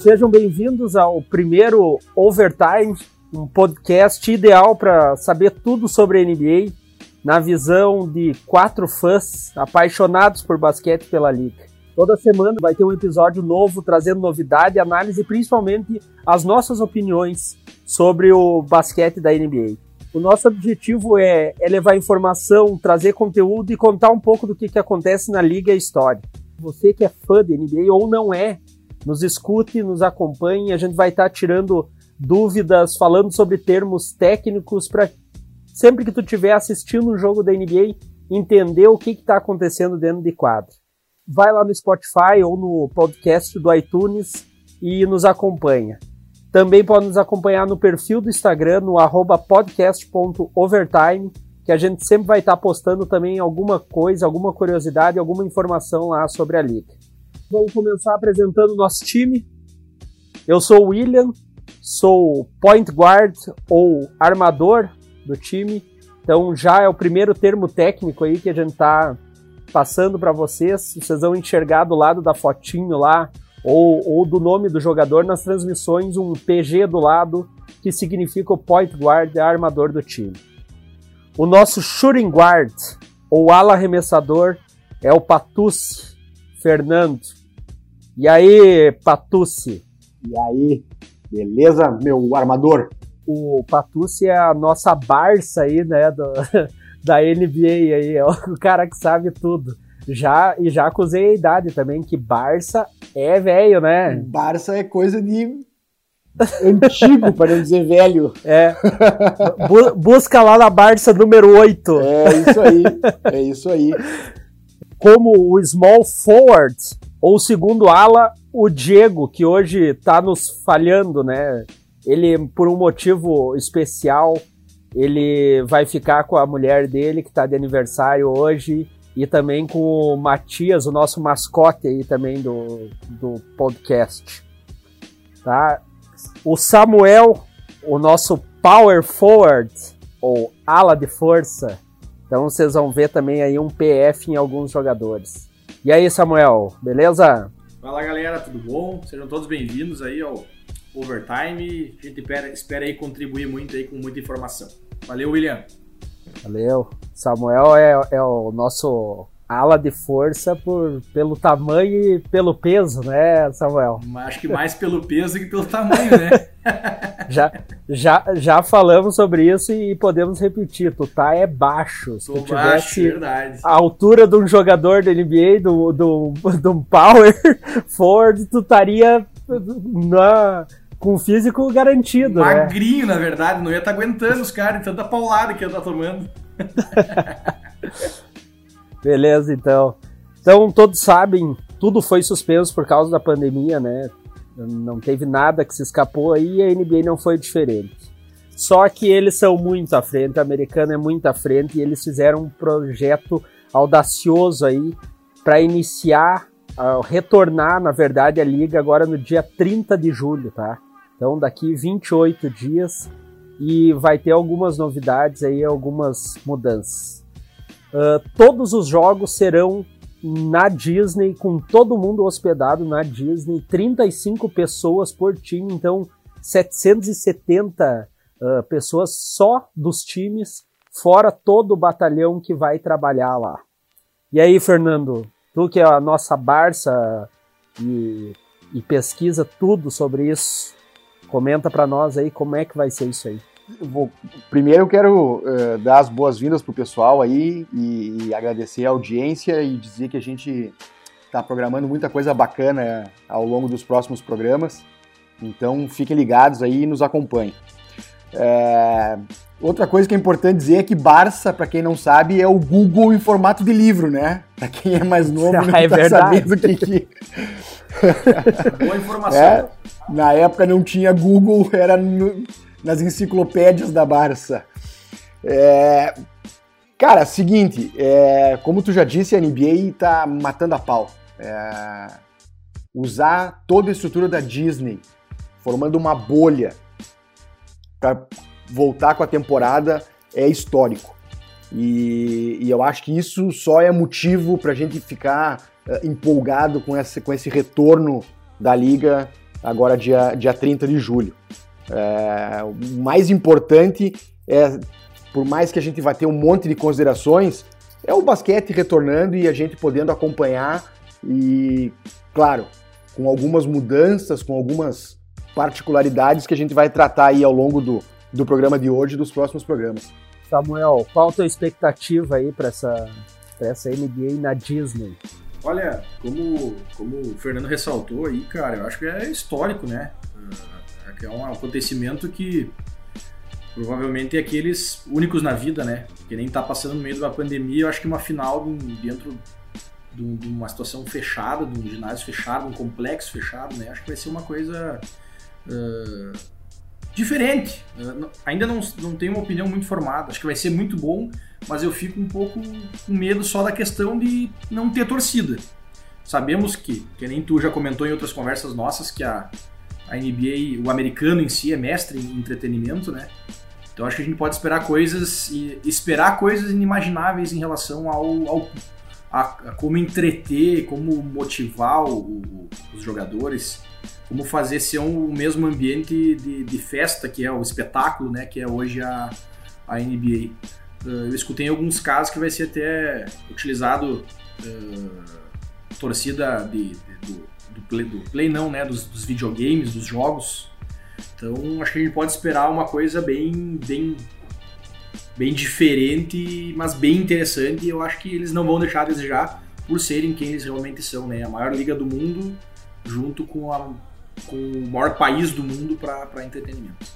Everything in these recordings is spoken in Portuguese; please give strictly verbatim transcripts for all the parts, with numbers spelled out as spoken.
Sejam bem-vindos ao primeiro Overtime, um podcast ideal para saber tudo sobre a N B A, na visão de quatro fãs apaixonados por basquete pela liga. Toda semana vai ter um episódio novo, trazendo novidade, análise e principalmente as nossas opiniões sobre o basquete da N B A. O nosso objetivo é, é levar informação, trazer conteúdo e contar um pouco do que, que acontece na liga e a história. Você que é fã da N B A ou não é, nos escute, nos acompanhe, a gente vai estar tirando dúvidas, falando sobre termos técnicos para sempre que tu estiver assistindo um jogo da N B A, entender o que está acontecendo dentro de quadro. Vai lá no Spotify ou no podcast do iTunes e nos acompanha. Também pode nos acompanhar no perfil do Instagram, no arroba podcast ponto overtime, que a gente sempre vai estar postando também alguma coisa, alguma curiosidade, alguma informação lá sobre a liga. Vamos começar apresentando o nosso time. Eu sou o William, sou point guard ou armador do time. Então já é o primeiro termo técnico aí que a gente está passando para vocês. Vocês vão enxergar do lado da fotinho lá, ou, ou do nome do jogador nas transmissões, um P G do lado, que significa o point guard, armador do time. O nosso shooting guard, ou ala arremessador, é o Patucci Fernando. E aí, Patucci? E aí, beleza, meu armador? O Patucci é a nossa Barça aí, né, do, da N B A aí, é o cara que sabe tudo. Já, e já acusei a idade também, que Barça é velho, né? Barça é coisa de antigo, para não dizer velho. É. Bu- busca lá na Barça número oito. É isso aí, é isso aí. Como o small forward, ou segundo ala, o Diego, que hoje tá nos falhando, né? Ele, por um motivo especial, ele vai ficar com a mulher dele, que tá de aniversário hoje, e também com o Matias, o nosso mascote aí também do, do podcast. Tá? O Samuel, o nosso power forward, ou ala de força. Então vocês vão ver também aí um P F em alguns jogadores. E aí, Samuel, beleza? Fala, galera, tudo bom? Sejam todos bem-vindos aí ao Overtime. A gente espera, espera aí contribuir muito aí com muita informação. Valeu, William. Valeu. Samuel é, é o nosso ala de força por, pelo tamanho e pelo peso, né, Samuel? Acho que mais pelo peso que pelo tamanho, né? já, já, já falamos sobre isso e podemos repetir. Tu tá é baixo. Se Tô tu baixo, tivesse verdade. a altura de um jogador da N B A, do, do, de um power forward, tu estaria na... com físico garantido, magrinho, né? Na verdade, não ia estar tá aguentando os caras de tanta paulada que ia estar tá tomando. Beleza, então. Então, todos sabem, tudo foi suspenso por causa da pandemia, né? Não teve nada que se escapou aí e a N B A não foi diferente. Só que eles são muito à frente, a americana é muito à frente e eles fizeram um projeto audacioso aí para iniciar, uh, retornar, na verdade, a liga agora no dia trinta de julho, tá? Então, daqui vinte e oito dias e vai ter algumas novidades aí, algumas mudanças. Uh, todos os jogos serão na Disney, com todo mundo hospedado na Disney, trinta e cinco pessoas por time, então setecentas e setenta uh, pessoas só dos times, fora todo o batalhão que vai trabalhar lá. E aí, Fernando, tu que é a nossa Barça e, e pesquisa tudo sobre isso, comenta pra nós aí como é que vai ser isso aí. Eu vou, primeiro eu quero uh, dar as boas-vindas pro pessoal aí e, e agradecer a audiência e dizer que a gente está programando muita coisa bacana ao longo dos próximos programas, então fiquem ligados aí e nos acompanhem. É, outra coisa que é importante dizer é que Barça, para quem não sabe, é o Google em formato de livro, né? Para quem é mais novo, não é tá sabendo o que que... Boa informação. É, na época não tinha Google, era no... nas enciclopédias da Barça. É... Cara, seguinte, é... como tu já disse, a N B A tá matando a pau. É... Usar toda a estrutura da Disney, formando uma bolha para voltar com a temporada, é histórico. E, e eu acho que isso só é motivo pra gente ficar uh, empolgado com esse, com esse retorno da Liga agora dia, dia trinta de julho. É, o mais importante é, por mais que a gente vai ter um monte de considerações, é o basquete retornando e a gente podendo acompanhar e, claro, com algumas mudanças, com algumas particularidades que a gente vai tratar aí ao longo do, do programa de hoje e dos próximos programas. Samuel, qual a tua expectativa aí para essa, pra essa N B A na Disney? Olha, como, como o Fernando ressaltou aí, cara, eu acho que é histórico, né? É um acontecimento que provavelmente é aqueles únicos na vida, né? Que nem tá passando no meio de uma pandemia. Eu acho que uma final dentro de uma situação fechada, de um ginásio fechado, um complexo fechado, né? Acho que vai ser uma coisa uh, diferente. Uh, ainda não, não tenho uma opinião muito formada. Acho que vai ser muito bom, mas eu fico um pouco com medo só da questão de não ter torcida. Sabemos que, que nem tu já comentou em outras conversas nossas, que a, a N B A, o americano em si, é mestre em entretenimento, né? Então acho que a gente pode esperar coisas, e esperar coisas inimagináveis em relação ao, ao a, a como entreter, como motivar o, os jogadores, como fazer ser um, o mesmo ambiente de, de festa que é o espetáculo, né? Que é hoje a, a N B A. Uh, eu escutei em alguns casos que vai ser até utilizado uh, torcida de, de, do, do, play, do play não, né? Dos, dos videogames, dos jogos. Então acho que a gente pode esperar uma coisa bem, bem, bem diferente, mas bem interessante, e eu acho que eles não vão deixar a desejar por serem quem eles realmente são, né? A maior liga do mundo, junto com, a, com o maior país do mundo para entretenimento.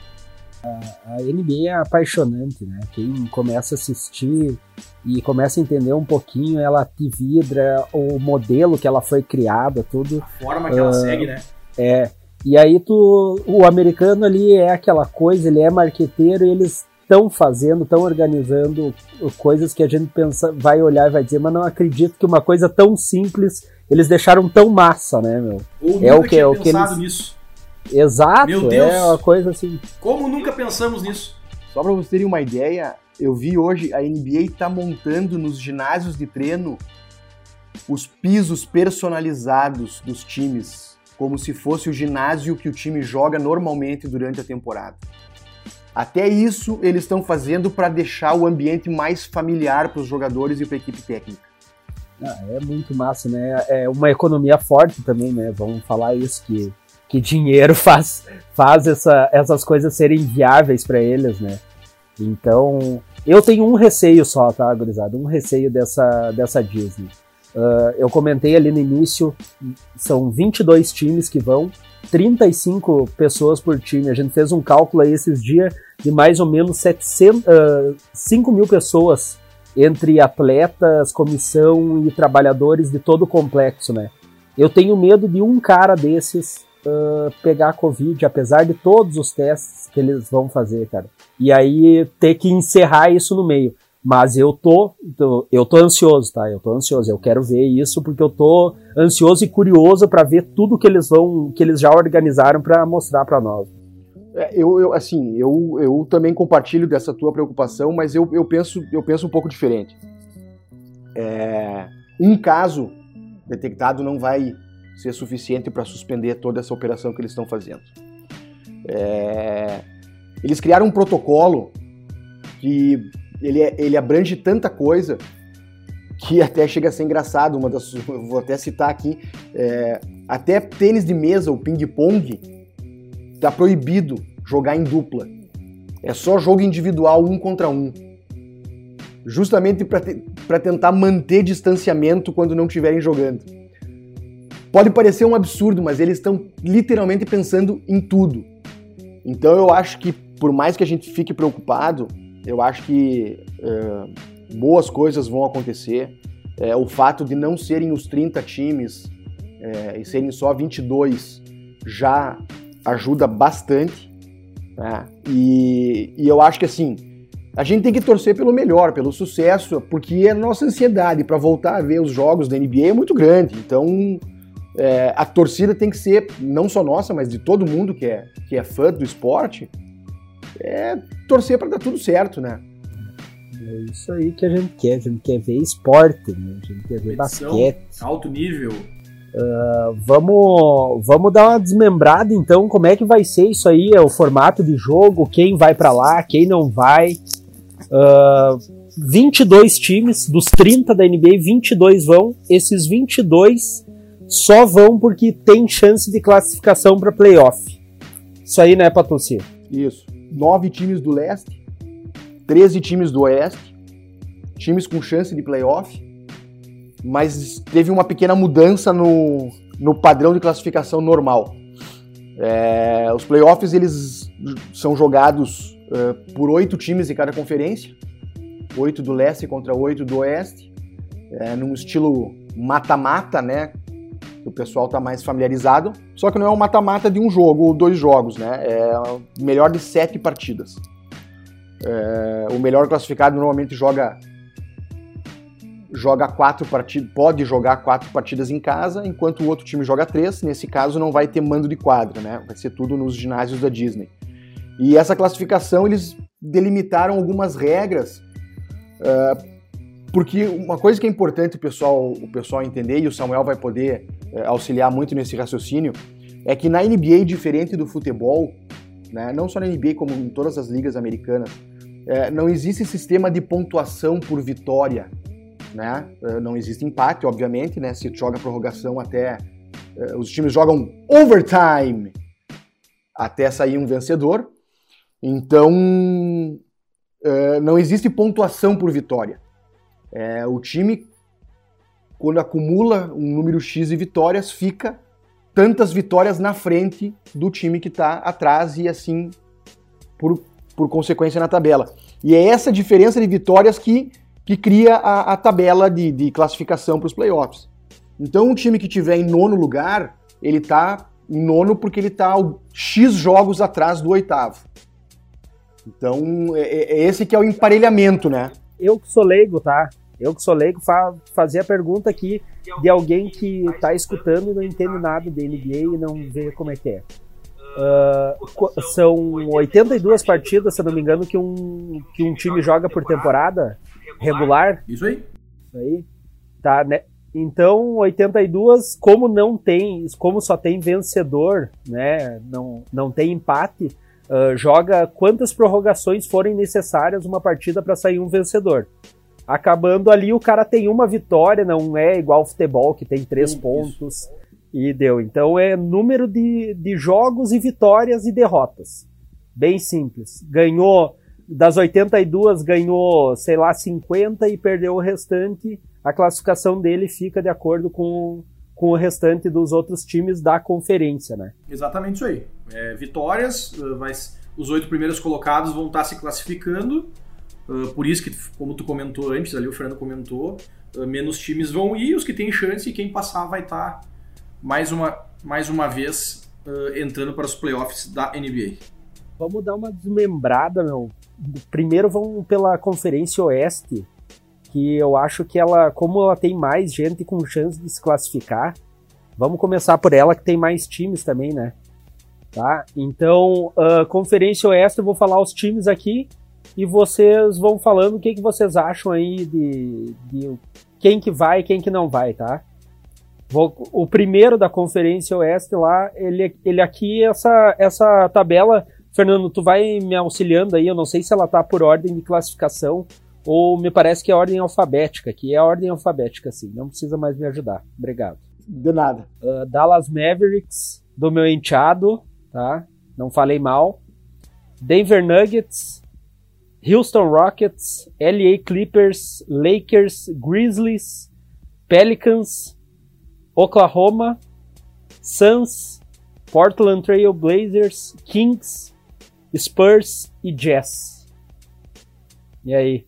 A, a N B A é apaixonante, né? Quem começa a assistir e começa a entender um pouquinho, ela te vidra, o modelo que ela foi criada, tudo. A forma que uh, ela segue, né? É. E aí tu, o americano ali é aquela coisa, ele é marqueteiro e eles estão fazendo, estão organizando coisas que a gente pensa, vai olhar e vai dizer, mas não acredito que uma coisa tão simples eles deixaram tão massa, né, meu? Ou é nunca o que tinha é o que pensado eles... nisso. Exato, Meu Deus. É uma coisa assim. Como nunca pensamos nisso? Só para vocês terem uma ideia, eu vi hoje a N B A tá montando nos ginásios de treino os pisos personalizados dos times, como se fosse o ginásio que o time joga normalmente durante a temporada. Até isso eles estão fazendo para deixar o ambiente mais familiar para os jogadores e para a equipe técnica. Ah, é muito massa, né? É uma economia forte também, né? Vamos falar isso, que, que dinheiro faz, faz essa, essas coisas serem viáveis para eles, né? Então, eu tenho um receio só, tá, gurizada? Um receio dessa, dessa Disney. Uh, eu comentei ali no início, são vinte e dois times que vão, trinta e cinco pessoas por time. A gente fez um cálculo aí esses dias de mais ou menos setecentos, uh, cinco mil pessoas entre atletas, comissão e trabalhadores de todo o complexo, né? Eu tenho medo de um cara desses uh, pegar a Covid, apesar de todos os testes que eles vão fazer, cara. E aí ter que encerrar isso no meio. Mas eu tô, tô, eu tô ansioso, tá? Eu tô ansioso, eu quero ver isso porque eu tô ansioso e curioso para ver tudo que eles vão, que eles já organizaram para mostrar para nós. É, eu, eu, assim, eu, eu também compartilho dessa tua preocupação, mas eu, eu, penso, eu penso um pouco diferente. É, um caso detectado não vai ser suficiente para suspender toda essa operação que eles estão fazendo. É, eles criaram um protocolo que Ele, ele abrange tanta coisa que até chega a ser engraçado. Uma das, vou até citar aqui, é, até tênis de mesa, o ping-pong, tá proibido jogar em dupla. É só jogo individual, um contra um. Justamente para te, para tentar manter distanciamento quando não estiverem jogando. Pode parecer um absurdo, mas eles estão literalmente pensando em tudo. Então eu acho que, por mais que a gente fique preocupado, eu acho que é, boas coisas vão acontecer. É, o fato de não serem os trinta times é, e serem só vinte e dois já ajuda bastante. Né? E, e eu acho que assim, a gente tem que torcer pelo melhor, pelo sucesso, porque a nossa ansiedade para voltar a ver os jogos da N B A é muito grande. Então é, a torcida tem que ser, não só nossa, mas de todo mundo que é, que é fã do esporte, é torcer para dar tudo certo, né? É isso aí que a gente quer, a gente quer ver esporte, né? A gente quer ver Competição, basquete. alto nível. Uh, vamos, vamos dar uma desmembrada então, como é que vai ser isso aí, é o formato de jogo, quem vai pra lá, quem não vai. Uh, vinte e dois times, dos trinta da N B A, vinte e dois vão, esses vinte e dois só vão porque tem chance de classificação para playoff. Isso aí, né, Patucci? Isso. Nove times do leste, treze times do oeste, times com chance de playoff, mas teve uma pequena mudança no, no padrão de classificação normal. É, os playoffs eles são jogados uh, por oito times de cada conferência, oito do leste contra oito do oeste, é, num estilo mata-mata, né? O pessoal está mais familiarizado, só que não é um mata-mata de um jogo ou dois jogos, né? É o melhor de sete partidas. É, o melhor classificado normalmente joga joga quatro partidas, pode jogar quatro partidas em casa, enquanto o outro time joga três. Nesse caso não vai ter mando de quadra, né? Vai ser tudo nos ginásios da Disney. E essa classificação eles delimitaram algumas regras, uh, porque uma coisa que é importante o pessoal, o pessoal entender, e o Samuel vai poder uh, auxiliar muito nesse raciocínio, é que na N B A, diferente do futebol, né, não só na N B A como em todas as ligas americanas, uh, não existe sistema de pontuação por vitória. Né? Não existe empate, obviamente, né? Se joga prorrogação até... Os times jogam overtime até sair um vencedor. Então, não existe pontuação por vitória. O time, quando acumula um número X de vitórias, fica tantas vitórias na frente do time que está atrás e assim, por, por consequência, na tabela. E é essa diferença de vitórias que que cria a, a tabela de, de classificação para os playoffs. Então, um time que estiver em nono lugar, ele está em nono porque ele está X jogos atrás do oitavo. Então, é, é esse que é o emparelhamento, né? Eu que sou leigo, tá? Eu que sou leigo, fa fazer a pergunta aqui de alguém que está escutando e não entende nada de N B A e não vê como é que é. Uh, são oitenta e duas partidas, se eu não me engano, que um, que um time joga por temporada regular. Isso aí. Isso aí. Tá, né? Então, oitenta e duas, como não tem, como só tem vencedor, né? Não, não tem empate, uh, joga quantas prorrogações forem necessárias uma partida para sair um vencedor. Acabando ali, o cara tem uma vitória, não é igual ao futebol, que tem três hum, pontos. Isso. E deu. Então é número de, de jogos e vitórias e derrotas. Bem simples. Ganhou, das oitenta e duas, ganhou, sei lá, cinquenta e perdeu o restante. A classificação dele fica de acordo com, com o restante dos outros times da conferência, né? Exatamente isso aí. É, vitórias, vai, os oito primeiros colocados vão estar se classificando. Uh, por isso que, como tu comentou antes, ali o Fernando comentou, uh, menos times vão ir, os que têm chance, e quem passar vai estar... Mais uma, mais uma vez uh, entrando para os playoffs da N B A. Vamos dar uma desmembrada, meu. Primeiro vamos pela Conferência Oeste, que eu acho que ela, como ela tem mais gente com chance de se classificar, vamos começar por ela, que tem mais times também, né? Tá? Então, uh, Conferência Oeste, eu vou falar os times aqui e vocês vão falando o que, que vocês acham aí de, de quem que vai e quem que não vai, tá? O primeiro da Conferência Oeste lá, ele, ele aqui, essa, essa tabela, Fernando, tu vai me auxiliando aí, eu não sei se ela tá por ordem de classificação ou me parece que é ordem alfabética, que é a ordem alfabética, sim, não precisa mais me ajudar, obrigado. De nada. Uh, Dallas Mavericks, do meu enteado, tá? Não falei mal. Denver Nuggets, Houston Rockets, L A Clippers, Lakers, Grizzlies, Pelicans, Oklahoma, Suns, Portland Trail Blazers, Kings, Spurs e Jazz. E aí?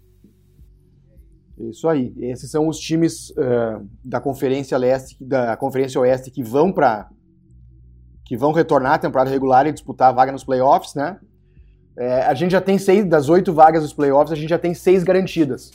Isso aí. Esses são os times uh, da Conferência Leste, da Conferência Oeste que vão para que vão retornar à temporada regular e disputar a vaga nos playoffs, né? É, a gente já tem seis das oito vagas dos playoffs, a gente já tem seis garantidas.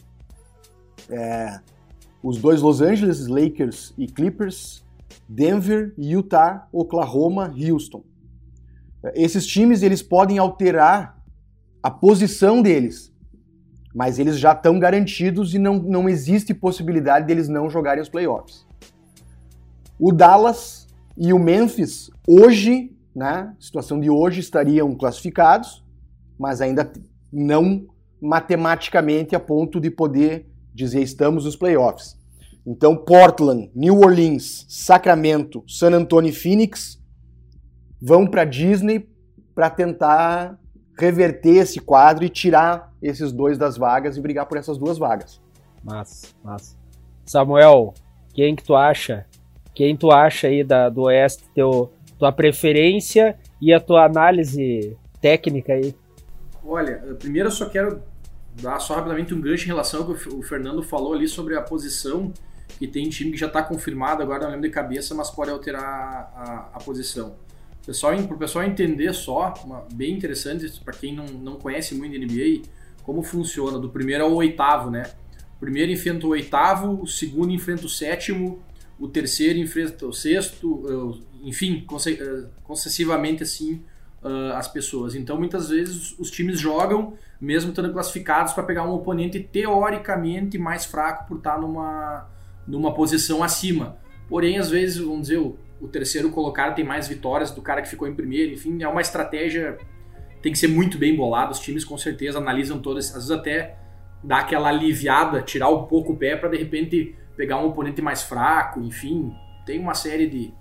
É, os dois Los Angeles, Lakers e Clippers, Denver, Utah, Oklahoma, Houston. Esses times eles podem alterar a posição deles, mas eles já estão garantidos e não, não existe possibilidade deles não jogarem os playoffs. O Dallas e o Memphis, hoje, né, situação de hoje, estariam classificados, mas ainda não matematicamente a ponto de poder dizer estamos nos playoffs. Então, Portland, New Orleans, Sacramento, San Antonio e Phoenix vão para Disney para tentar reverter esse quadro e tirar esses dois das vagas e brigar por essas duas vagas. Massa, massa. Samuel, quem que tu acha? Quem tu acha aí da, do Oeste, teu, tua preferência e a tua análise técnica aí? Olha, primeiro eu só quero dar só rapidamente um gancho em relação ao que o Fernando falou ali sobre a posição, que tem time que já está confirmado, agora não lembro de cabeça, mas pode alterar a, a posição. Para o pessoal entender só, uma, bem interessante, para quem não, não conhece muito de N B A, como funciona, do primeiro ao oitavo, né? O primeiro enfrenta o oitavo, o segundo enfrenta o sétimo, o terceiro enfrenta o sexto, enfim, concessivamente assim, as pessoas. Então, muitas vezes, os times jogam, mesmo estando classificados, para pegar um oponente teoricamente mais fraco por estar numa, numa posição acima. Porém, às vezes, vamos dizer, o, o terceiro colocado tem mais vitórias do cara que ficou em primeiro. Enfim, é uma estratégia, tem que ser muito bem bolada. Os times, com certeza, analisam todas, às vezes até dá aquela aliviada, tirar um pouco o pé para, de repente, pegar um oponente mais fraco. Enfim, tem uma série de...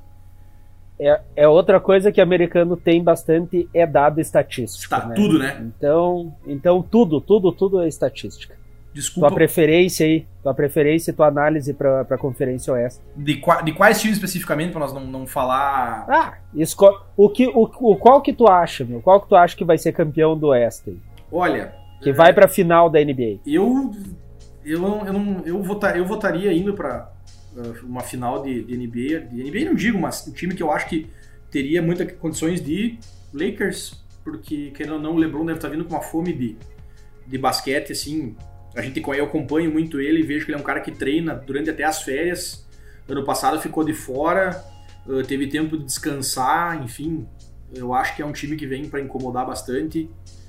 É, é outra coisa que o americano tem bastante, é dado estatístico. Tá, né? Tudo, né? Então, então tudo, tudo, tudo é estatística. Desculpa. Tua preferência aí, tua preferência e tua análise para a Conferência Oeste. De, qua, de quais times especificamente, para nós não, não falar... Ah, esco... o que, o, o, qual que tu acha, meu? Qual que tu acha que vai ser campeão do Oeste? Olha... Que é... vai para a final da N B A. Eu, eu, não, eu, não, eu, votar, eu votaria indo para uma final de, de N B A, de N B A não digo, mas um time que eu acho que teria muitas condições de Lakers, porque, querendo ou não, o LeBron deve estar vindo com uma fome de, de basquete, assim, a gente, eu acompanho muito ele e vejo que ele é um cara que treina durante até as férias, ano passado ficou de fora, teve tempo de descansar, enfim, eu acho que é um time que vem para incomodar bastante.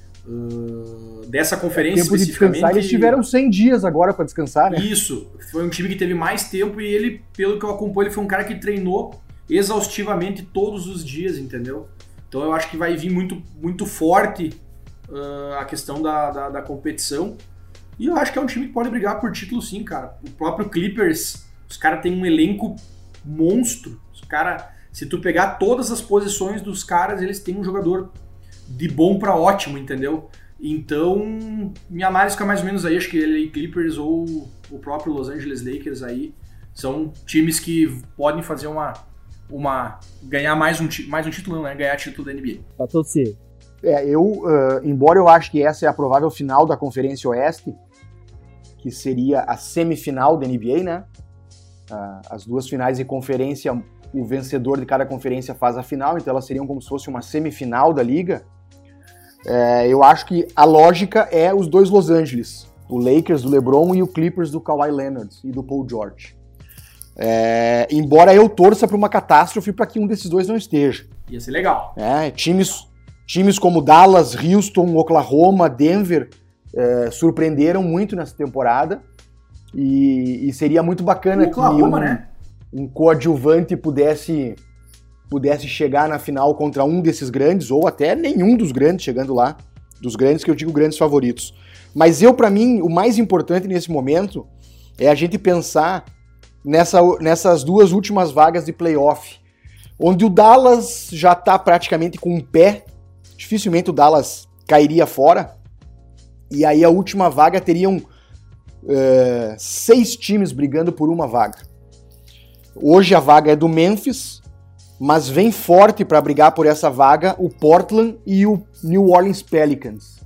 Uh, dessa conferência tempo especificamente. De descansar, eles tiveram cem dias agora para descansar, né? Isso, foi um time que teve mais tempo e ele, pelo que eu acompanho, ele foi um cara que treinou exaustivamente todos os dias, entendeu? Então eu acho que vai vir muito, muito forte uh, a questão da, da, da competição e eu acho que é um time que pode brigar por título sim, cara. O próprio Clippers, os caras têm um elenco monstro, os caras, se tu pegar todas as posições dos caras, eles têm um jogador de bom para ótimo, entendeu? Então, minha análise fica mais ou menos aí, acho que L A Clippers ou o próprio Los Angeles Lakers aí são times que podem fazer uma, uma ganhar mais um, mais um título, né? Ganhar título da N B A. Tá todo certo. É, eu, uh, embora eu acho que essa é a provável final da Conferência Oeste, que seria a semifinal da N B A, né? Uh, as duas finais de conferência, o vencedor de cada conferência faz a final, então elas seriam como se fosse uma semifinal da liga. É, eu acho que a lógica é os dois Los Angeles, o Lakers do LeBron e o Clippers do Kawhi Leonard e do Paul George. É, embora eu torça para uma catástrofe para que um desses dois não esteja. Ia ser legal. É, times, times como Dallas, Houston, Oklahoma, Denver é, surpreenderam muito nessa temporada e, e seria muito bacana o Oklahoma, que um, né? um coadjuvante pudesse... pudesse chegar na final contra um desses grandes, ou até nenhum dos grandes chegando lá, dos grandes que eu digo grandes favoritos. Mas eu, para mim, o mais importante nesse momento é a gente pensar nessa, nessas duas últimas vagas de playoff, onde o Dallas já está praticamente com um pé, dificilmente o Dallas cairia fora, e aí a última vaga teriam uh, seis times brigando por uma vaga. Hoje a vaga é do Memphis, mas vem forte para brigar por essa vaga o Portland e o New Orleans Pelicans.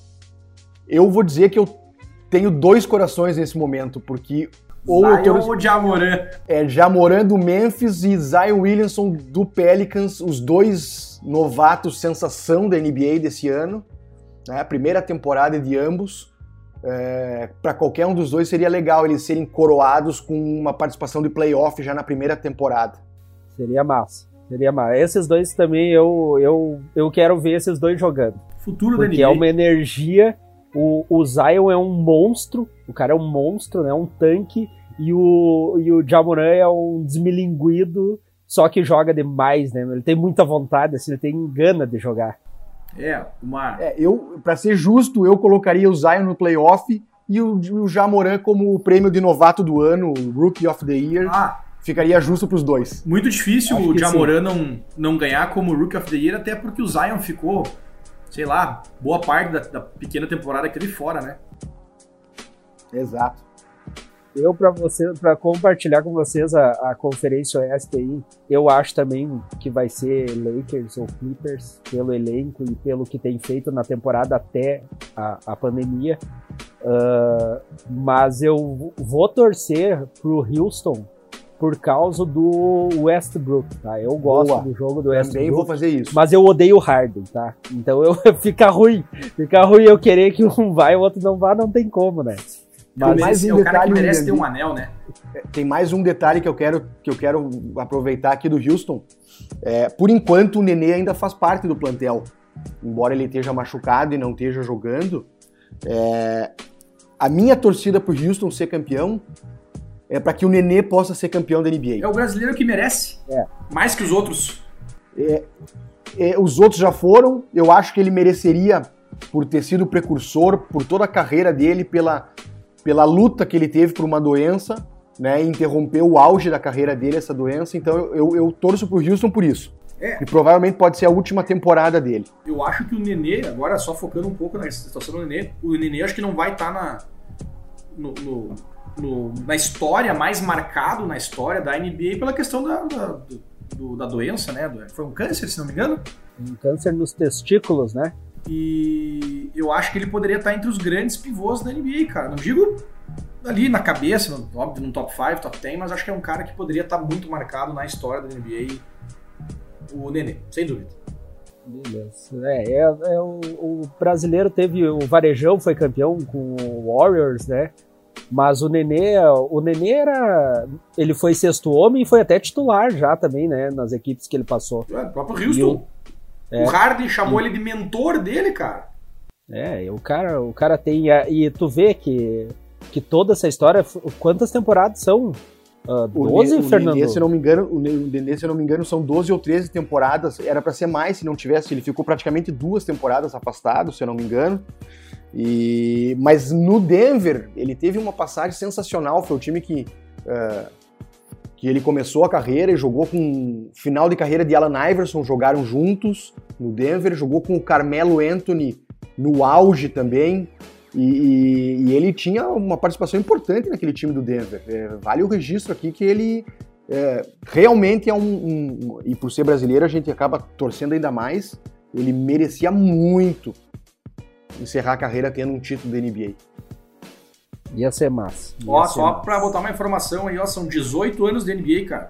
Eu vou dizer que eu tenho dois corações nesse momento, porque ou Zion eu tô... ou Jamoran. É, Jamoran do Memphis e Zion Williamson do Pelicans, os dois novatos sensação da N B A desse ano, né? A primeira temporada de ambos. É, para qualquer um dos dois seria legal eles serem coroados com uma participação de playoff já na primeira temporada. Seria massa, seria massa. Esses dois também eu, eu, eu quero ver esses dois jogando. Futuro da N B A. Porque é uma energia, o, o Zion é um monstro, o cara é um monstro, né? Um tanque, E o, e o Ja Morant é um desmilinguido, só que joga demais, né? Ele tem muita vontade, assim, ele tem gana de jogar. É, uma... É, eu, pra ser justo, eu colocaria o Zion no playoff e o, o Ja Morant como o prêmio de novato do ano, o Rookie of the Year. Ah, ficaria justo pros dois. Muito difícil Acho o que Ja sim. Morant não, não ganhar como Rookie of the Year, até porque o Zion ficou, sei lá, boa parte da, da pequena temporada que ele fora, né? Exato. Eu, para você, para compartilhar com vocês a, a Conferência Oeste aí, eu acho também que vai ser Lakers ou Clippers, pelo elenco e pelo que tem feito na temporada até a, a pandemia. Uh, mas eu vou torcer pro Houston por causa do Westbrook, tá? Eu gosto Boa. do jogo do Também Westbrook. vou fazer isso. Mas eu odeio o Harden, tá? Então eu, fica ruim. Fica ruim eu querer que um vai e o outro não vá, não tem como, né? Mas mais é um o cara que detalhe, merece ter Leandro. um anel, né? Tem mais um detalhe que eu quero, que eu quero aproveitar aqui do Houston. É, por enquanto, o Nenê ainda faz parte do plantel. Embora ele esteja machucado e não esteja jogando, é, a minha torcida pro Houston ser campeão é para que o Nenê possa ser campeão da N B A. É o brasileiro que merece. É. Mais que os outros. É, é, os outros já foram, eu acho que ele mereceria por ter sido precursor, por toda a carreira dele, pela, pela luta que ele teve por uma doença, né, e interrompeu o auge da carreira dele, essa doença, então eu, eu, eu torço pro Houston por isso. É. E provavelmente pode ser a última temporada dele. Eu acho que o Nenê, agora só focando um pouco na situação do Nenê, o Nenê acho que não vai estar na, no, no, no, na história, mais marcado na história da N B A pela questão da, da, do, da doença, né? Foi um câncer, se não me engano. Um câncer nos testículos, né? E eu acho que ele poderia estar entre os grandes pivôs da N B A, cara. Não digo ali na cabeça, no, óbvio, no top cinco, top dez, mas acho que é um cara que poderia estar muito marcado na história da N B A, o Nenê, sem dúvida. Beleza. É, é, é o, o brasileiro teve, o Varejão foi campeão com o Warriors, né? Mas o Nenê, o Nenê era, ele foi sexto homem e foi até titular já também, né? Nas equipes que ele passou. É, o próprio Houston. É. O Harden chamou ele de mentor dele, cara. É, o cara, o cara tem, e tu vê que, que toda essa história, quantas temporadas são? Uh, doze, o Fernando? Nenê, se não me engano, o Nenê, se não me engano, são doze ou treze temporadas. Era para ser mais se não tivesse. Ele ficou praticamente duas temporadas afastado, se eu não me engano. E... Mas no Denver, ele teve uma passagem sensacional. Foi o time que, uh, que ele começou a carreira e jogou com final de carreira de Allen Iverson. Jogaram juntos no Denver. Jogou com o Carmelo Anthony no auge também. E, e, e ele tinha uma participação importante naquele time do Denver. É, vale o registro aqui que ele é, realmente é um, um... E por ser brasileiro a gente acaba torcendo ainda mais. Ele merecia muito encerrar a carreira tendo um título da N B A. Ia ser massa. Ia Ó, ser só massa. pra botar uma informação aí, ó, são dezoito anos de N B A, cara.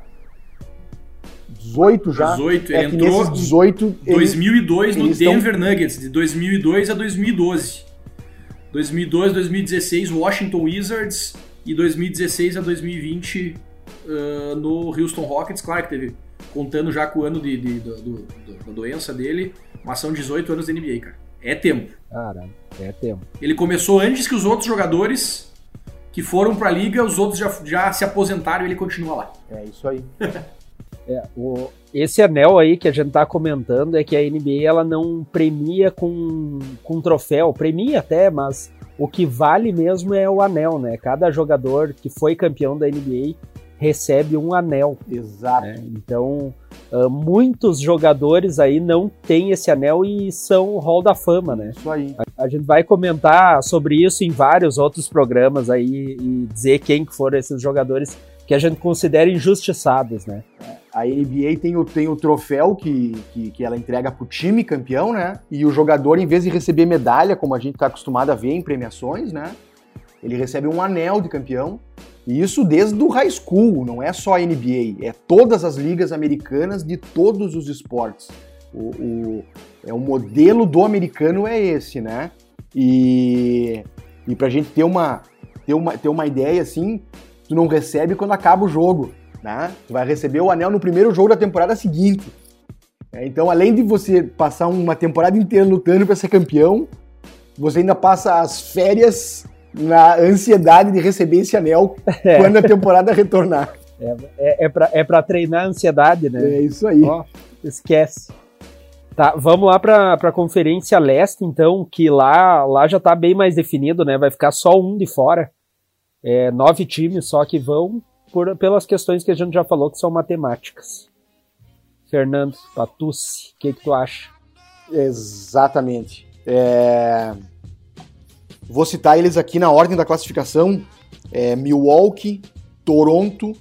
dezoito já? dezoito, é ele que entrou nesses dezoito... em dois mil e dois no eles Denver Nuggets, de dois mil e dois a dois mil e doze. dois mil e dois, dois mil e dezesseis, Washington Wizards, e dois mil e dezesseis a dois mil e vinte uh, no Houston Rockets. Claro que teve, contando já com o ano de, de, do, do, da doença dele, mas são dezoito anos de N B A, cara. É tempo. Caramba, é tempo. Ele começou antes que os outros jogadores que foram pra liga, os outros já, já se aposentaram e ele continua lá. É isso aí. É, o, esse anel aí que a gente tá comentando é que a N B A ela não premia com, com troféu, premia até, mas o que vale mesmo é o anel, né? Cada jogador que foi campeão da N B A recebe um anel. Exato. Né? Então, uh, muitos jogadores aí não têm esse anel e são Hall da Fama, né? Isso aí. A, a gente vai comentar sobre isso em vários outros programas aí e dizer quem que foram esses jogadores que a gente considera injustiçados, né? A N B A tem o, tem o troféu que, que, que ela entrega pro time campeão, né? E o jogador, em vez de receber medalha, como a gente tá acostumado a ver em premiações, né? Ele recebe um anel de campeão. E isso desde o high school, não é só a N B A, é todas as ligas americanas de todos os esportes. O, o, é, o modelo do americano é esse, né? E, e pra gente ter uma, ter, uma, ter uma ideia, assim, tu não recebe quando acaba o jogo, né? Tu vai receber o anel no primeiro jogo da temporada seguinte. É, então, além de você passar uma temporada inteira lutando pra ser campeão, você ainda passa as férias na ansiedade de receber esse anel é. quando a temporada retornar. É, é, é, pra, é pra treinar a ansiedade, né? É isso aí. Ó, esquece. Tá, vamos lá pra, pra Conferência Leste, então, que lá, lá já tá bem mais definido, né? Vai ficar só um de fora. É, nove times só que vão por, pelas questões que a gente já falou, que são matemáticas. Fernando Patucci, o que, que tu acha? Exatamente. É... Vou citar eles aqui na ordem da classificação. É, Milwaukee, Toronto,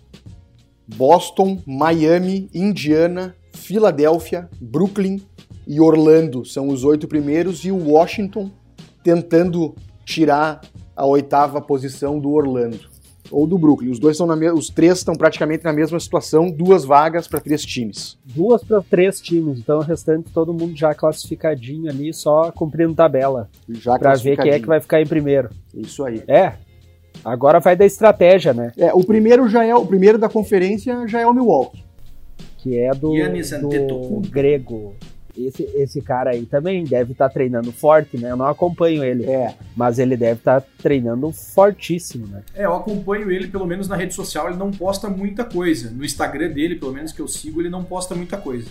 Boston, Miami, Indiana, Filadélfia, Brooklyn e Orlando são os oito primeiros, e o Washington tentando tirar a oitava posição do Orlando ou do Brooklyn. Os dois estão na me... os três estão praticamente na mesma situação, duas vagas para três times. Duas para três times, então o restante todo mundo já classificadinho ali, só cumprindo tabela. Já para ver quem é que vai ficar em primeiro. Isso aí. É. Agora vai da estratégia, né? É, o primeiro já é o primeiro da conferência já é o Milwaukee, que é do, do grego. Esse, esse cara aí também deve estar tá treinando forte, né? Eu não acompanho ele, é. mas ele deve estar tá treinando fortíssimo, né? É, eu acompanho ele, pelo menos na rede social, ele não posta muita coisa. No Instagram dele, pelo menos que eu sigo, ele não posta muita coisa.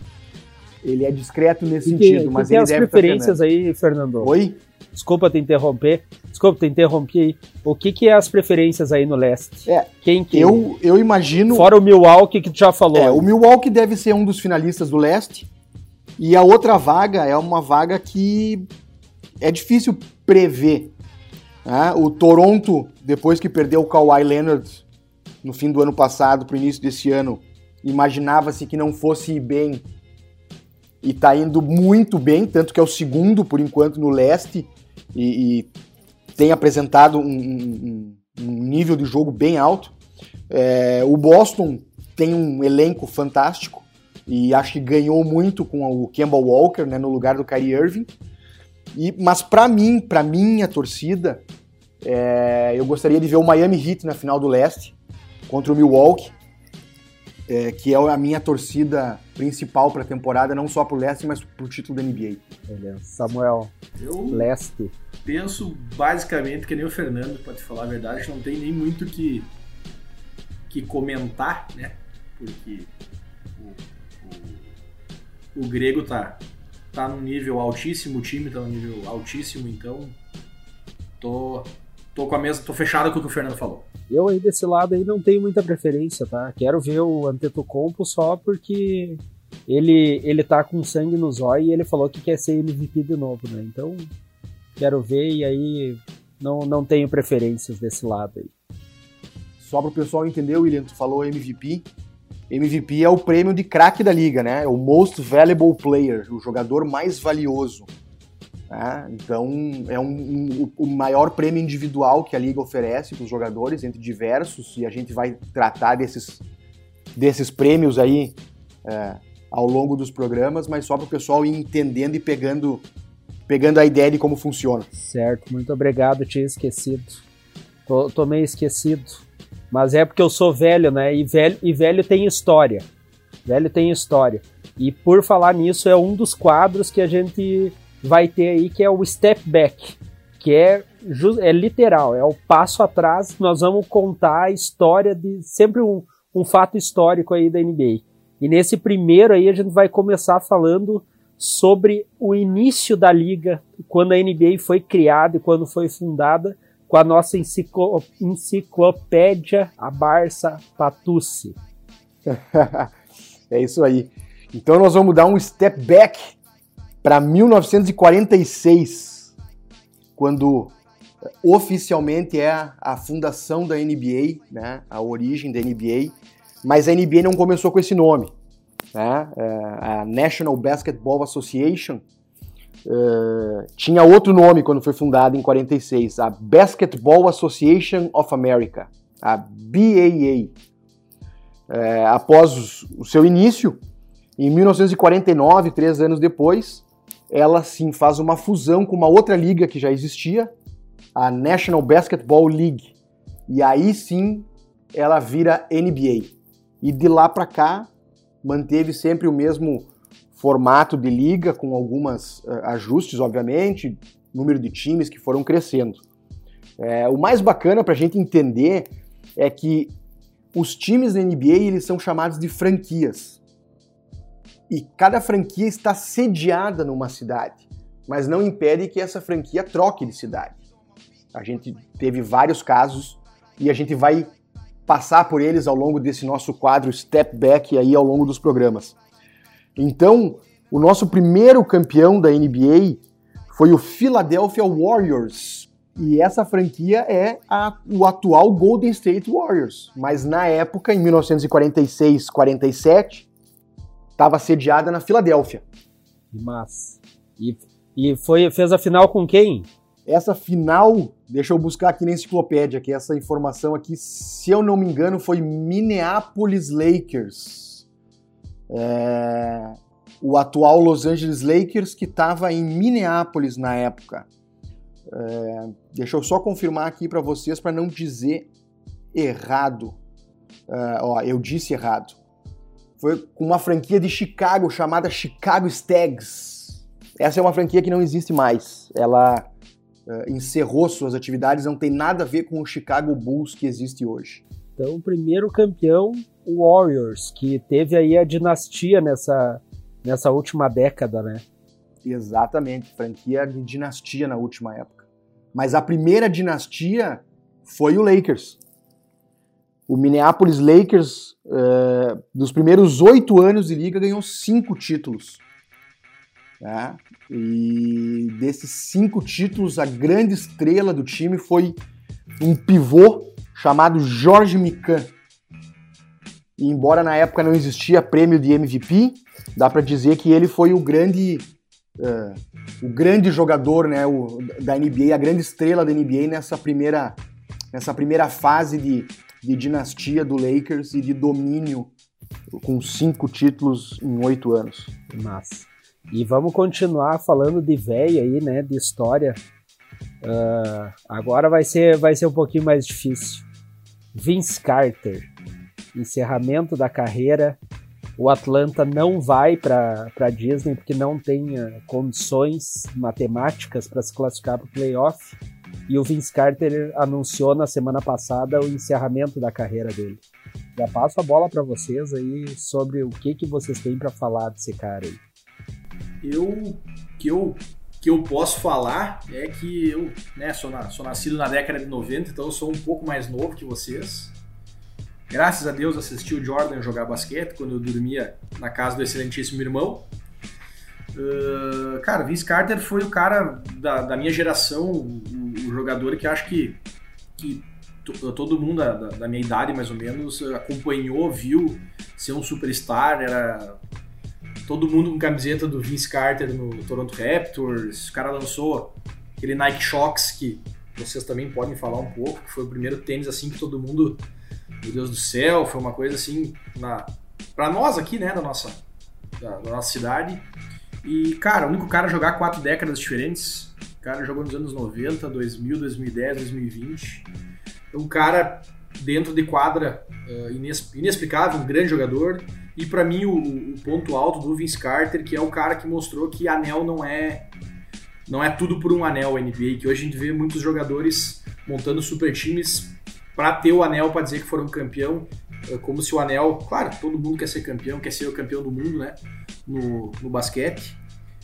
Ele é discreto nesse e que, sentido, que mas tem ele as deve preferências tá aí, Fernando? Oi? Desculpa te interromper. Desculpa te interromper aí. O que que é as preferências aí no leste? É, Quem que... eu, eu imagino... Fora o Milwaukee que tu já falou. É, o Milwaukee deve ser um dos finalistas do leste. E a outra vaga é uma vaga que é difícil prever. Né? O Toronto, depois que perdeu o Kawhi Leonard no fim do ano passado para o início desse ano, imaginava-se que não fosse ir bem. E tá indo muito bem, tanto que é o segundo, por enquanto, no leste, e, e tem apresentado um, um, um nível de jogo bem alto. É, o Boston tem um elenco fantástico, e acho que ganhou muito com o Kemba Walker, né, no lugar do Kyrie Irving. E, mas para mim, para minha torcida, é, eu gostaria de ver o Miami Heat na final do leste, contra o Milwaukee, É, que é a minha torcida principal para a temporada, não só para o leste, mas para o título da N B A. Beleza. Samuel, eu leste. Penso basicamente que nem o Fernando, para te falar a verdade, não tem nem muito que que comentar, né? Porque o, o, o grego tá tá num nível altíssimo, o time tá num nível altíssimo, então tô tô com a mesma, tô fechado com o que o Fernando falou. Eu aí desse lado aí não tenho muita preferência, tá? Quero ver o Antetokounmpo só porque ele, ele tá com sangue no zóio e ele falou que quer ser M V P de novo, né? Então, quero ver e aí não, não tenho preferências desse lado aí. Só para o pessoal entender, William, tu falou M V P. M V P é o prêmio de craque da liga, né? É o Most Valuable Player, o jogador mais valioso. É, então, é um, um, o maior prêmio individual que a Liga oferece para os jogadores, entre diversos, e a gente vai tratar desses, desses prêmios aí é, ao longo dos programas, mas só para o pessoal ir entendendo e pegando, pegando a ideia de como funciona. Certo, muito obrigado, tinha esquecido. Tô, tô meio esquecido, mas é porque eu sou velho, né? E velho, e velho tem história. Velho tem história. E por falar nisso, é um dos quadros que a gente vai ter aí, que é o Step Back, que é, é literal, é o passo atrás. Nós vamos contar a história de sempre um, um fato histórico aí da N B A. E nesse primeiro aí a gente vai começar falando sobre o início da liga, quando a N B A foi criada e quando foi fundada, com a nossa enciclo, enciclopédia, a Barça Patucci. É isso aí. Então nós vamos dar um step back para mil novecentos e quarenta e seis, quando oficialmente é a fundação da N B A, né, a origem da N B A, mas a N B A não começou com esse nome. Né? A National Basketball Association uh, tinha outro nome quando foi fundada em quarenta e seis, a Basketball Association of America, a B A A. Uh, após o seu início, em mil novecentos e quarenta e nove, três anos depois, ela sim faz uma fusão com uma outra liga que já existia, a National Basketball League. E aí sim ela vira N B A. E de lá para cá manteve sempre o mesmo formato de liga, com alguns uh, ajustes, obviamente, número de times que foram crescendo. É, o mais bacana pra gente entender é que os times da N B A eles são chamados de franquias. E cada franquia está sediada numa cidade, mas não impede que essa franquia troque de cidade. A gente teve vários casos e a gente vai passar por eles ao longo desse nosso quadro Step Back aí ao longo dos programas. Então, o nosso primeiro campeão da N B A foi o Philadelphia Warriors. E essa franquia é a, o atual Golden State Warriors. Mas na época, em mil novecentos e quarenta e seis, quarenta e sete, estava sediada na Filadélfia. Mas E, e foi, fez a final com quem? Essa final, deixa eu buscar aqui na enciclopédia, que essa informação aqui, se eu não me engano, foi Minneapolis Lakers. É, o atual Los Angeles Lakers, que estava em Minneapolis na época. É, deixa eu só confirmar aqui para vocês, para não dizer errado. É, ó, eu disse errado. Foi com uma franquia de Chicago chamada Chicago Stags. Essa é uma franquia que não existe mais. Ela uh, encerrou suas atividades, não tem nada a ver com o Chicago Bulls que existe hoje. Então, o primeiro campeão, o Warriors, que teve aí a dinastia nessa, nessa última década, né? Exatamente, franquia de dinastia na última época. Mas a primeira dinastia foi o Lakers. O Minneapolis Lakers, uh, dos primeiros oito anos de liga, ganhou cinco títulos. Né? E desses cinco títulos, a grande estrela do time foi um pivô chamado George Mikan. E embora na época não existia prêmio de M V P, dá para dizer que ele foi o grande, uh, o grande jogador, né, o, da N B A, a grande estrela da N B A nessa primeira, nessa primeira fase de, de dinastia do Lakers e de domínio com cinco títulos em oito anos. Massa. E vamos continuar falando de véia aí, né, de história. Uh, agora vai ser, vai ser um pouquinho mais difícil. Vince Carter, encerramento da carreira. O Atlanta não vai para a Disney porque não tem uh, condições matemáticas para se classificar para o playoff. E o Vince Carter anunciou na semana passada o encerramento da carreira dele. Já passo a bola para vocês aí sobre o que, que vocês têm para falar desse cara aí. Eu que, eu, que eu posso falar é que eu né, sou, na, sou nascido na década de noventa, então eu sou um pouco mais novo que vocês. Graças a Deus assisti o Jordan jogar basquete quando eu dormia na casa do excelentíssimo irmão. Uh, cara, Vince Carter foi o cara da, da minha geração, o, o jogador que acho que, que t- todo mundo da, da minha idade mais ou menos acompanhou, viu ser um superstar. Era todo mundo com camiseta do Vince Carter no Toronto Raptors. O cara lançou aquele Nike Shox, que vocês também podem falar um pouco, que foi o primeiro tênis assim que todo mundo, meu Deus do céu, foi uma coisa assim na, pra nós aqui, né, da nossa, da, da nossa cidade. E, cara, o único cara a jogar quatro décadas diferentes. O cara jogou nos anos noventa, dois mil, dois mil e dez, dois mil e vinte. Um cara dentro de quadra uh, inexplicável, um grande jogador. E pra mim o, o ponto alto do Vince Carter, que é o cara que mostrou que anel não é não é tudo por um anel N B A, que hoje a gente vê muitos jogadores montando super times pra ter o anel, pra dizer que foram campeão, como se o anel, claro, todo mundo quer ser campeão, quer ser o campeão do mundo, né, no, no basquete.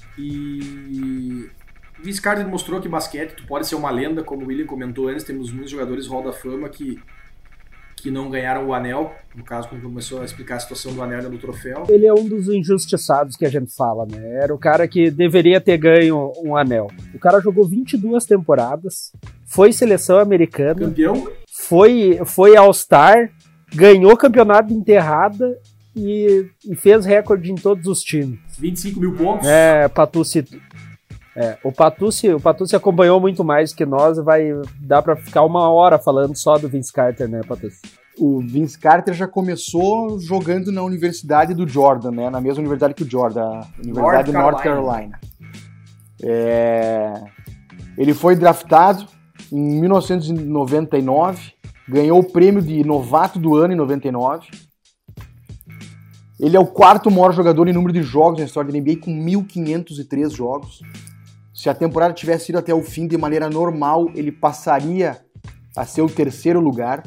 E Vince Carter mostrou que basquete tu pode ser uma lenda, como o William comentou antes, temos muitos jogadores Hall da Fama que que não ganharam o anel, no caso quando começou a explicar a situação do anel do troféu. Ele é um dos injustiçados que a gente fala, né? Era o cara que deveria ter ganho um anel. O cara jogou vinte e duas temporadas, foi seleção americana, campeão, foi, foi All-Star, ganhou campeonato de enterrada e, e fez recorde em todos os times. vinte e cinco mil pontos. É, Patucci... É, o Patucci, o Patucci acompanhou muito mais que nós e vai dar pra ficar uma hora falando só do Vince Carter, né, Patucci? O Vince Carter já começou jogando na universidade do Jordan, né, na mesma universidade que o Jordan, a Universidade de North Carolina. É... Ele foi draftado em mil novecentos e noventa e nove, ganhou o prêmio de novato do ano em noventa e nove. Ele é o quarto maior jogador em número de jogos na história da N B A, com mil quinhentos e três jogos. Se a temporada tivesse ido até o fim de maneira normal, ele passaria a ser o terceiro lugar.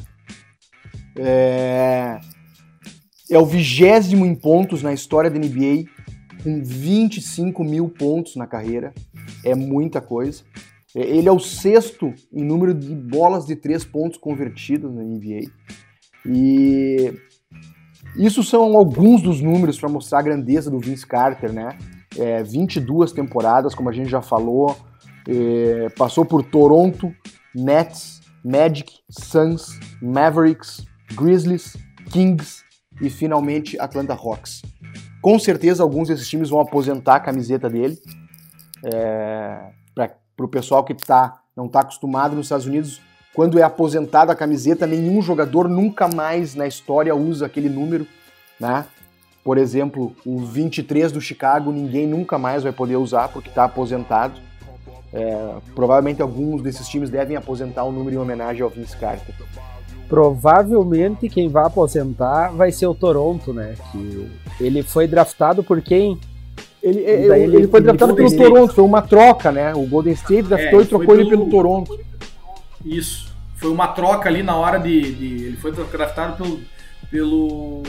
É, é o vigésimo em pontos na história da N B A, com vinte e cinco mil pontos na carreira. É muita coisa. Ele é o sexto em número de bolas de três pontos convertidas na N B A. E isso são alguns dos números para mostrar a grandeza do Vince Carter, né? É, vinte e duas temporadas, como a gente já falou, é, passou por Toronto, Nets, Magic, Suns, Mavericks, Grizzlies, Kings e finalmente Atlanta Hawks. Com certeza alguns desses times vão aposentar a camiseta dele. É, para o pessoal que tá, não está acostumado nos Estados Unidos, quando é aposentado a camiseta, nenhum jogador nunca mais na história usa aquele número, né? Por exemplo, o vinte e três do Chicago, ninguém nunca mais vai poder usar porque está aposentado. É, provavelmente alguns desses times devem aposentar o número em homenagem ao Vince Carter. Provavelmente quem vai aposentar vai ser o Toronto, né? Que ele foi draftado por quem? Ele, ele, ele, ele foi draftado pelo State. Toronto, foi uma troca, né? O Golden State draftou é, e trocou ele pelo... pelo Toronto. Isso, foi uma troca ali na hora de... de ele foi draftado pelo, pelo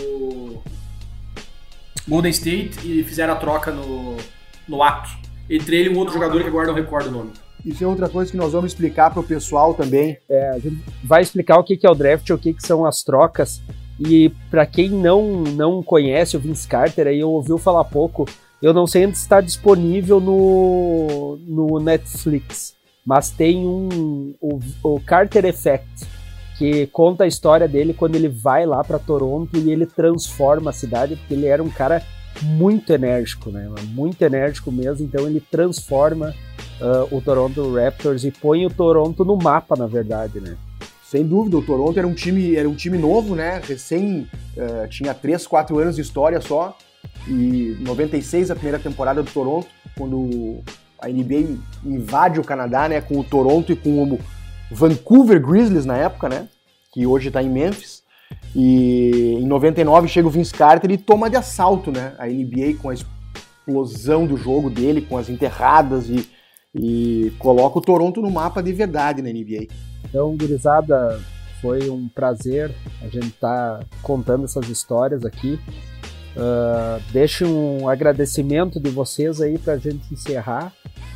Golden State e fizeram a troca no, no ato. Entre ele e um outro jogador que agora não recordo o nome. Isso é outra coisa que nós vamos explicar para o pessoal também. É, a gente vai explicar o que é o draft, o que são as trocas. E para quem não, não conhece o Vince Carter, aí ouviu falar pouco, eu não sei onde está disponível no, no Netflix, mas tem um, o, o Carter Effect, que conta a história dele quando ele vai lá para Toronto e ele transforma a cidade, porque ele era um cara muito enérgico, né? Muito enérgico mesmo, então ele transforma uh, o Toronto Raptors e põe o Toronto no mapa, na verdade, né? Sem dúvida, o Toronto era um time, era um time novo, né? Recém, uh, tinha três, quatro anos de história só, e noventa e seis a primeira temporada do Toronto, quando a N B A invade o Canadá, né? Com o Toronto e com o Vancouver Grizzlies na época, né? Que hoje está em Memphis. E em noventa e nove chega o Vince Carter e toma de assalto, né? A N B A com a explosão do jogo dele, com as enterradas e, e coloca o Toronto no mapa de verdade na N B A. Então, gurizada, foi um prazer a gente estar tá contando essas histórias aqui. Uh, deixe um agradecimento de vocês aí pra gente encerrar.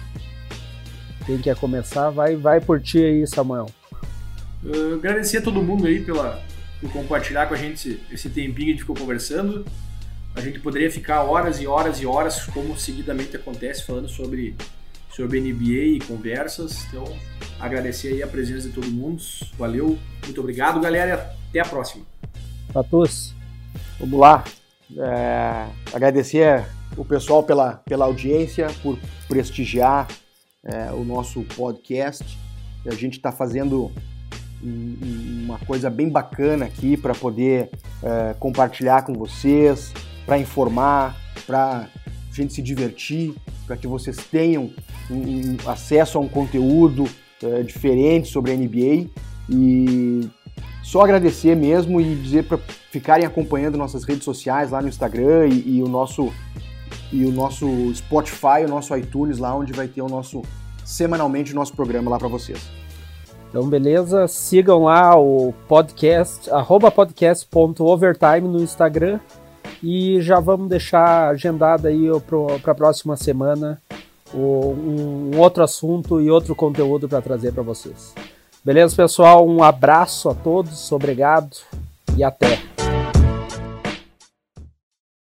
Quem quer começar, vai, vai por ti aí, Samuel. Uh, agradecer a todo mundo aí pela, por compartilhar com a gente esse, esse tempinho que a gente ficou conversando. A gente poderia ficar horas e horas e horas, como seguidamente acontece, falando sobre, sobre N B A e conversas. Então, agradecer aí a presença de todo mundo. Valeu, muito obrigado, galera, e até a próxima. Patus, vamos lá. É, agradecer o pessoal pela, pela audiência, por prestigiar é, o nosso podcast. A gente está fazendo um, uma coisa bem bacana aqui para poder é, compartilhar com vocês, para informar, para a gente se divertir, para que vocês tenham um, um acesso a um conteúdo é, diferente sobre a N B A. E só agradecer mesmo e dizer para ficarem acompanhando nossas redes sociais lá no Instagram e, e, o nosso, e o nosso Spotify, o nosso iTunes lá, onde vai ter o nosso, semanalmente, o nosso programa lá para vocês. Então, beleza? Sigam lá o podcast, arroba podcast.overtime no Instagram e já vamos deixar agendado aí para a próxima semana um, um outro assunto e outro conteúdo para trazer para vocês. Beleza, pessoal? Um abraço a todos, obrigado e até!